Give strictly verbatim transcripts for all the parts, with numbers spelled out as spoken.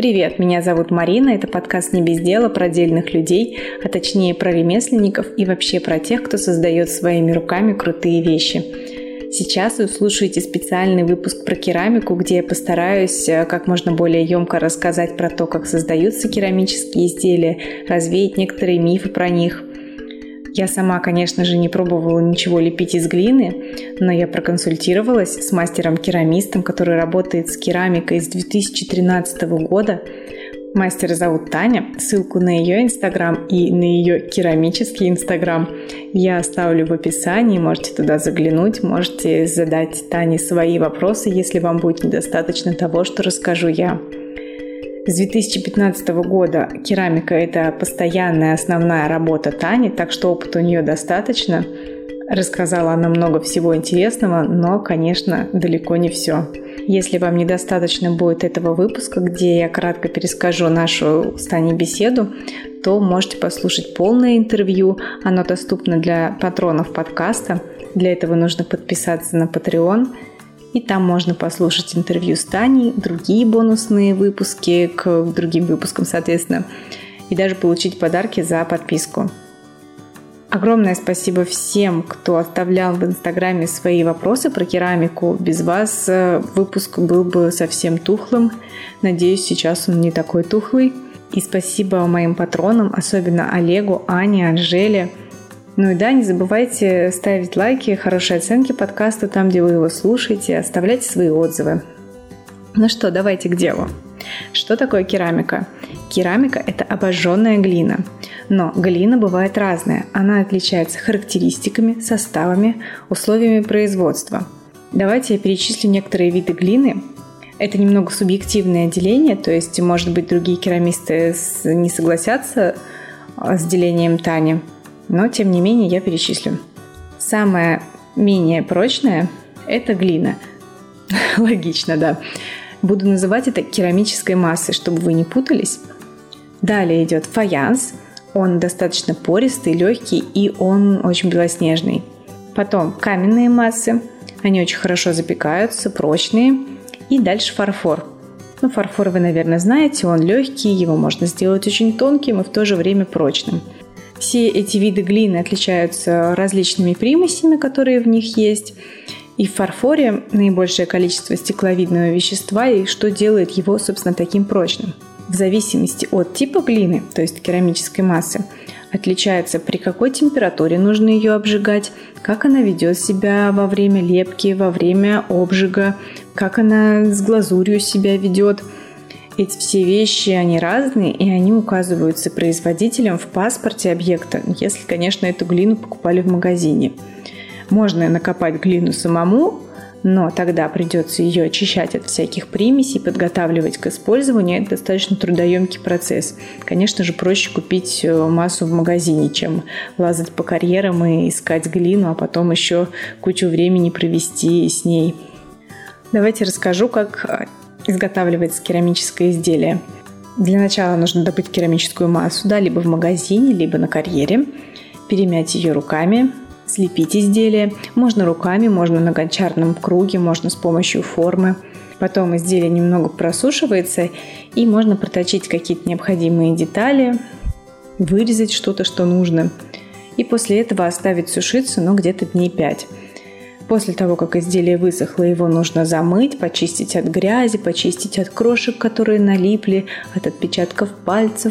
Привет, меня зовут Марина, это подкаст «Не без дела» про отдельных людей, а точнее про ремесленников и вообще про тех, кто создает своими руками крутые вещи. Сейчас вы слушаете специальный выпуск про керамику, где я постараюсь как можно более емко рассказать про то, как создаются керамические изделия, развеять некоторые мифы про них. Я сама, конечно же, не пробовала ничего лепить из глины, но я проконсультировалась с мастером-керамистом, который работает с керамикой с две тысячи тринадцатого года. Мастера зовут Таня. Ссылку на ее инстаграм и на ее керамический инстаграм я оставлю в описании. Можете туда заглянуть, можете задать Тане свои вопросы, если вам будет недостаточно того, что расскажу я. С две тысячи пятнадцатого года керамика – это постоянная основная работа Тани, так что опыта у нее достаточно. Рассказала она много всего интересного, но, конечно, далеко не все. Если вам недостаточно будет этого выпуска, где я кратко перескажу нашу с Таней беседу, то можете послушать полное интервью. Оно доступно для патронов подкаста. Для этого нужно подписаться на Patreon. И там можно послушать интервью с Таней, другие бонусные выпуски к другим выпускам, соответственно, и даже получить подарки за подписку. Огромное спасибо всем, кто оставлял в Инстаграме свои вопросы про керамику. Без вас выпуск был бы совсем тухлым. Надеюсь, сейчас он не такой тухлый. И спасибо моим патронам, особенно Олегу, Ане, Анжеле. Ну и да, не забывайте ставить лайки, хорошие оценки подкасту там, где вы его слушаете, оставляйте свои отзывы. Ну что, давайте к делу. Что такое керамика? Керамика – это обожженная глина. Но глина бывает разная. Она отличается характеристиками, составами, условиями производства. Давайте я перечислю некоторые виды глины. Это немного субъективное деление, то есть, может быть, другие керамисты не согласятся с делением Тани. Но, тем не менее, я перечислю. Самая менее прочная – это глина. Логично, да. Буду называть это керамической массой, чтобы вы не путались. Далее идет фаянс. Он достаточно пористый, легкий и он очень белоснежный. Потом каменные массы. Они очень хорошо запекаются, прочные. И дальше фарфор. Ну, фарфор вы, наверное, знаете. Он легкий, его можно сделать очень тонким и в то же время прочным. Все эти виды глины отличаются различными примесями, которые в них есть. И в фарфоре наибольшее количество стекловидного вещества, и что делает его, собственно, таким прочным. В зависимости от типа глины, то есть керамической массы, отличается, при какой температуре нужно ее обжигать, как она ведет себя во время лепки, во время обжига, как она с глазурью себя ведет. Эти все вещи, они разные, и они указываются производителем в паспорте объекта, если, конечно, эту глину покупали в магазине. Можно накопать глину самому, но тогда придется ее очищать от всяких примесей, подготавливать к использованию. Это достаточно трудоемкий процесс. Конечно же, проще купить массу в магазине, чем лазать по карьерам и искать глину, а потом еще кучу времени провести с ней. Давайте расскажу, как изготавливается керамическое изделие. Для начала нужно добыть керамическую массу, да, либо в магазине, либо на карьере, перемять ее руками, слепить изделие. Можно руками, можно на гончарном круге, можно с помощью формы. Потом изделие немного просушивается, и можно проточить какие-то необходимые детали, вырезать что-то, что нужно. И после этого оставить сушиться, ну, где-то дней пять. После того, как изделие высохло, его нужно замыть, почистить от грязи, почистить от крошек, которые налипли, от отпечатков пальцев,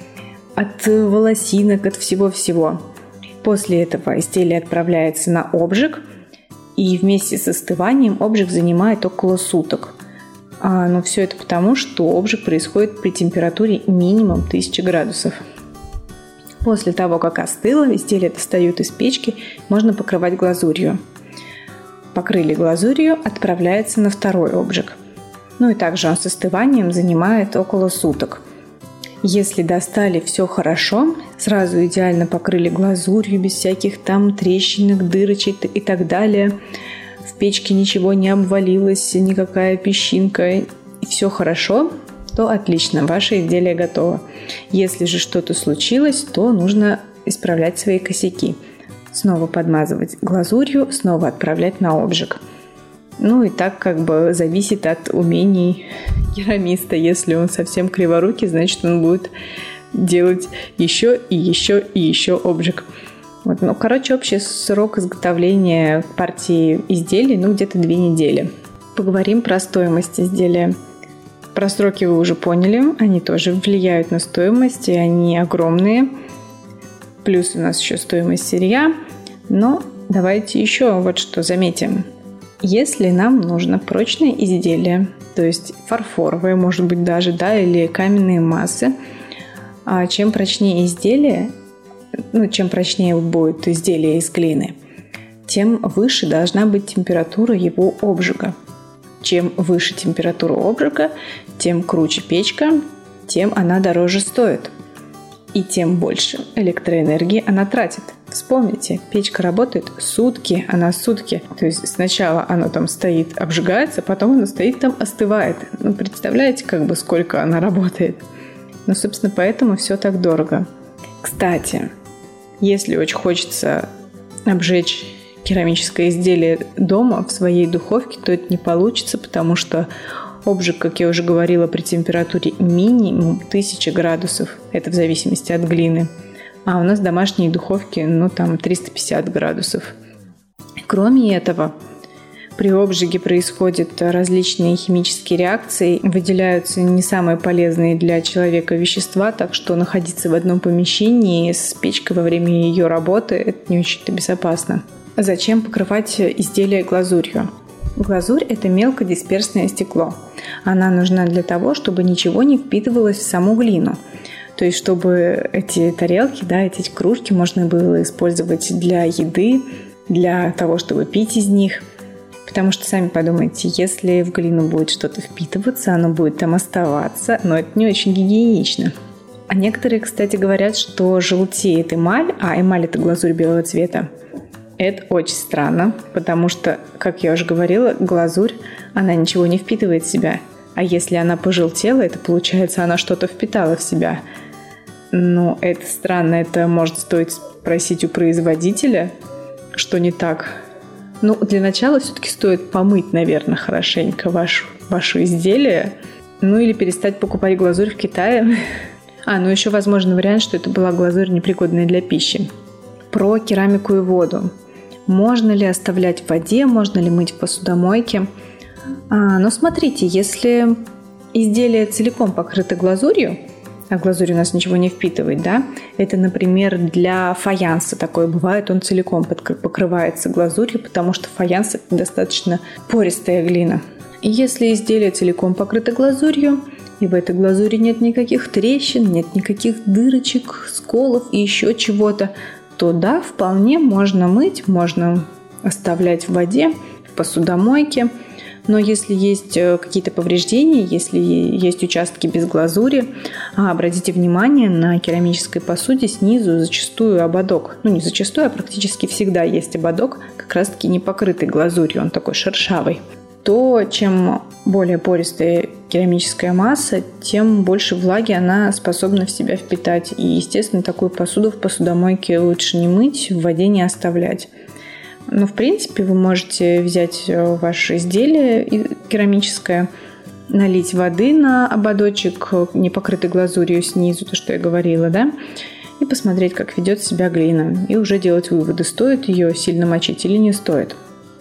от волосинок, от всего-всего. После этого изделие отправляется на обжиг, и вместе с остыванием обжиг занимает около суток. А, но все это потому, что обжиг происходит при температуре минимум тысяча градусов. После того, как остыло, изделие достают из печки, можно покрывать глазурью. Покрыли глазурью, отправляется на второй обжиг. Ну и также он с остыванием занимает около суток. Если достали все хорошо, сразу идеально покрыли глазурью, без всяких там трещинок, дырочек и так далее, в печке ничего не обвалилось, никакая песчинка, и все хорошо, то отлично, ваше изделие готово. Если же что-то случилось, то нужно исправлять свои косяки. Снова подмазывать глазурью, снова отправлять на обжиг. Ну и так как бы зависит от умений керамиста. Если он совсем криворукий, значит он будет делать еще и еще и еще обжиг. Вот. Ну, короче, общий срок изготовления партии изделий, ну, где-то две недели. Поговорим про стоимость изделия. Про сроки вы уже поняли, они тоже влияют на стоимость, и они огромные. Плюс у нас еще стоимость сырья. Но давайте еще вот что заметим. Если нам нужно прочное изделие, то есть фарфоровое, может быть даже, да, или каменные массы, а чем прочнее изделие, ну, чем прочнее будет изделие из глины, тем выше должна быть температура его обжига. Чем выше температура обжига, тем круче печка, тем она дороже стоит. И тем больше электроэнергии она тратит. Вспомните, печка работает сутки, она сутки. То есть сначала она там стоит, обжигается, потом она стоит там, остывает. Ну, представляете, как бы сколько она работает? Ну, собственно, поэтому все так дорого. Кстати, если очень хочется обжечь керамическое изделие дома в своей духовке, то это не получится, потому что обжиг, как я уже говорила, при температуре минимум тысяча градусов. Это в зависимости от глины. А у нас домашние духовки, ну там триста пятьдесят градусов. Кроме этого, при обжиге происходят различные химические реакции, выделяются не самые полезные для человека вещества, так что находиться в одном помещении с печкой во время ее работы – это не очень-то безопасно. Зачем покрывать изделие глазурью? Глазурь – это мелкодисперсное стекло. Она нужна для того, чтобы ничего не впитывалось в саму глину. То есть, чтобы эти тарелки, да, эти кружки можно было использовать для еды, для того, чтобы пить из них. Потому что, сами подумайте, если в глину будет что-то впитываться, оно будет там оставаться, но это не очень гигиенично. А некоторые, кстати, говорят, что желтеет эмаль, а эмаль – это глазурь белого цвета. Это очень странно, потому что, как я уже говорила, глазурь, она ничего не впитывает в себя. А если она пожелтела, это получается, она что-то впитала в себя. Ну, это странно, это может стоить спросить у производителя, что не так. Ну, для начала все-таки стоит помыть, наверное, хорошенько ваше, ваше изделие. Ну, или перестать покупать глазурь в Китае. А, ну еще возможен вариант, что это была глазурь, непригодная для пищи. Про керамику и воду. Можно ли оставлять в воде, можно ли мыть в посудомойке? А, ну, смотрите, если изделие целиком покрыто глазурью, а глазурь у нас ничего не впитывает, да? Это, например, для фаянса такое бывает, он целиком покрывается глазурью, потому что фаянс – это достаточно пористая глина. И если изделие целиком покрыто глазурью, и в этой глазури нет никаких трещин, нет никаких дырочек, сколов и еще чего-то, то да, вполне можно мыть, можно оставлять в воде, в посудомойке. Но если есть какие-то повреждения, если есть участки без глазури, обратите внимание, на керамической посуде снизу зачастую ободок. Ну, не зачастую, а практически всегда есть ободок, как раз-таки не покрытый глазурью, он такой шершавый. То чем более пористая керамическая масса, тем больше влаги она способна в себя впитать. И, естественно, такую посуду в посудомойке лучше не мыть, в воде не оставлять. Но, в принципе, вы можете взять ваше изделие керамическое, налить воды на ободочек, не покрытый глазурью снизу, то, что я говорила, да, и посмотреть, как ведет себя глина. И уже делать выводы, стоит ее сильно мочить или не стоит.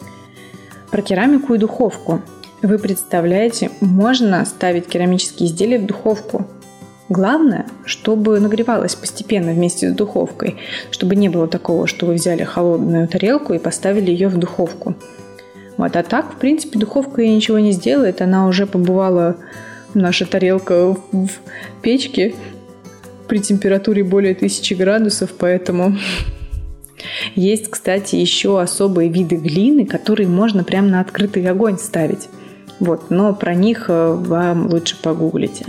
Про керамику и духовку. Вы представляете, можно ставить керамические изделия в духовку. Главное, чтобы нагревалось постепенно вместе с духовкой, чтобы не было такого, что вы взяли холодную тарелку и поставили ее в духовку. Вот. А так, в принципе, духовка ей ничего не сделает, она уже побывала, наша тарелка, в печке при температуре более тысячи градусов, поэтому... Есть, кстати, еще особые виды глины, которые можно прямо на открытый огонь ставить. Вот, но про них вам лучше погуглить.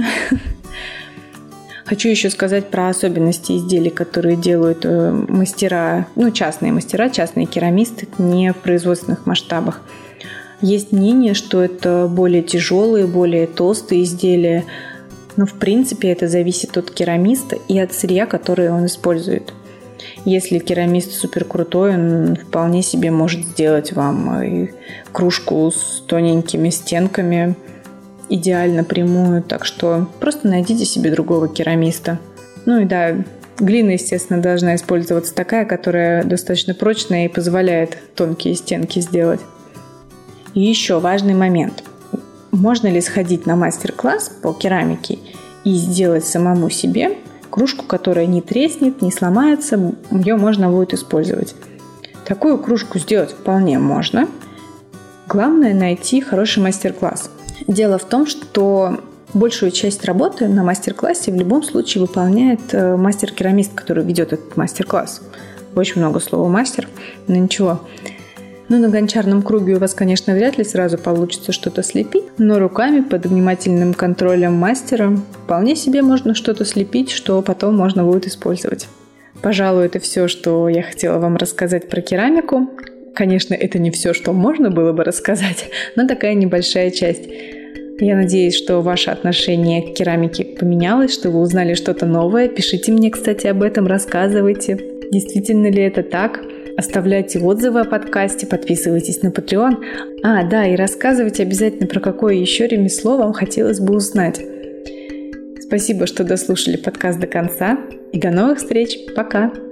Хочу еще сказать про особенности изделий, которые делают мастера, ну, частные мастера, частные керамисты, не в производственных масштабах. Есть мнение, что это более тяжелые, более толстые изделия, но в принципе это зависит от керамиста и от сырья, которое он использует. Если керамист супер крутой, он вполне себе может сделать вам и кружку с тоненькими стенками, идеально прямую. Так что просто найдите себе другого керамиста. Ну и да, глина, естественно, должна использоваться такая, которая достаточно прочная и позволяет тонкие стенки сделать. И еще важный момент. Можно ли сходить на мастер-класс по керамике и сделать самому себе кружку, которая не треснет, не сломается, ее можно будет использовать? Такую кружку сделать вполне можно. Главное найти хороший мастер-класс. Дело в том, что большую часть работы на мастер-классе в любом случае выполняет мастер-керамист, который ведет этот мастер-класс. Очень много слова «мастер», но ничего. Ну, на гончарном круге у вас, конечно, вряд ли сразу получится что-то слепить, но руками под внимательным контролем мастера вполне себе можно что-то слепить, что потом можно будет использовать. Пожалуй, это все, что я хотела вам рассказать про керамику. Конечно, это не все, что можно было бы рассказать, но такая небольшая часть. Я надеюсь, что ваше отношение к керамике поменялось, что вы узнали что-то новое. Пишите мне, кстати, об этом, рассказывайте. Действительно ли это так? Оставляйте отзывы о подкасте, подписывайтесь на Patreon. А, да, и рассказывайте обязательно, про какое еще ремесло вам хотелось бы узнать. Спасибо, что дослушали подкаст до конца. И до новых встреч. Пока!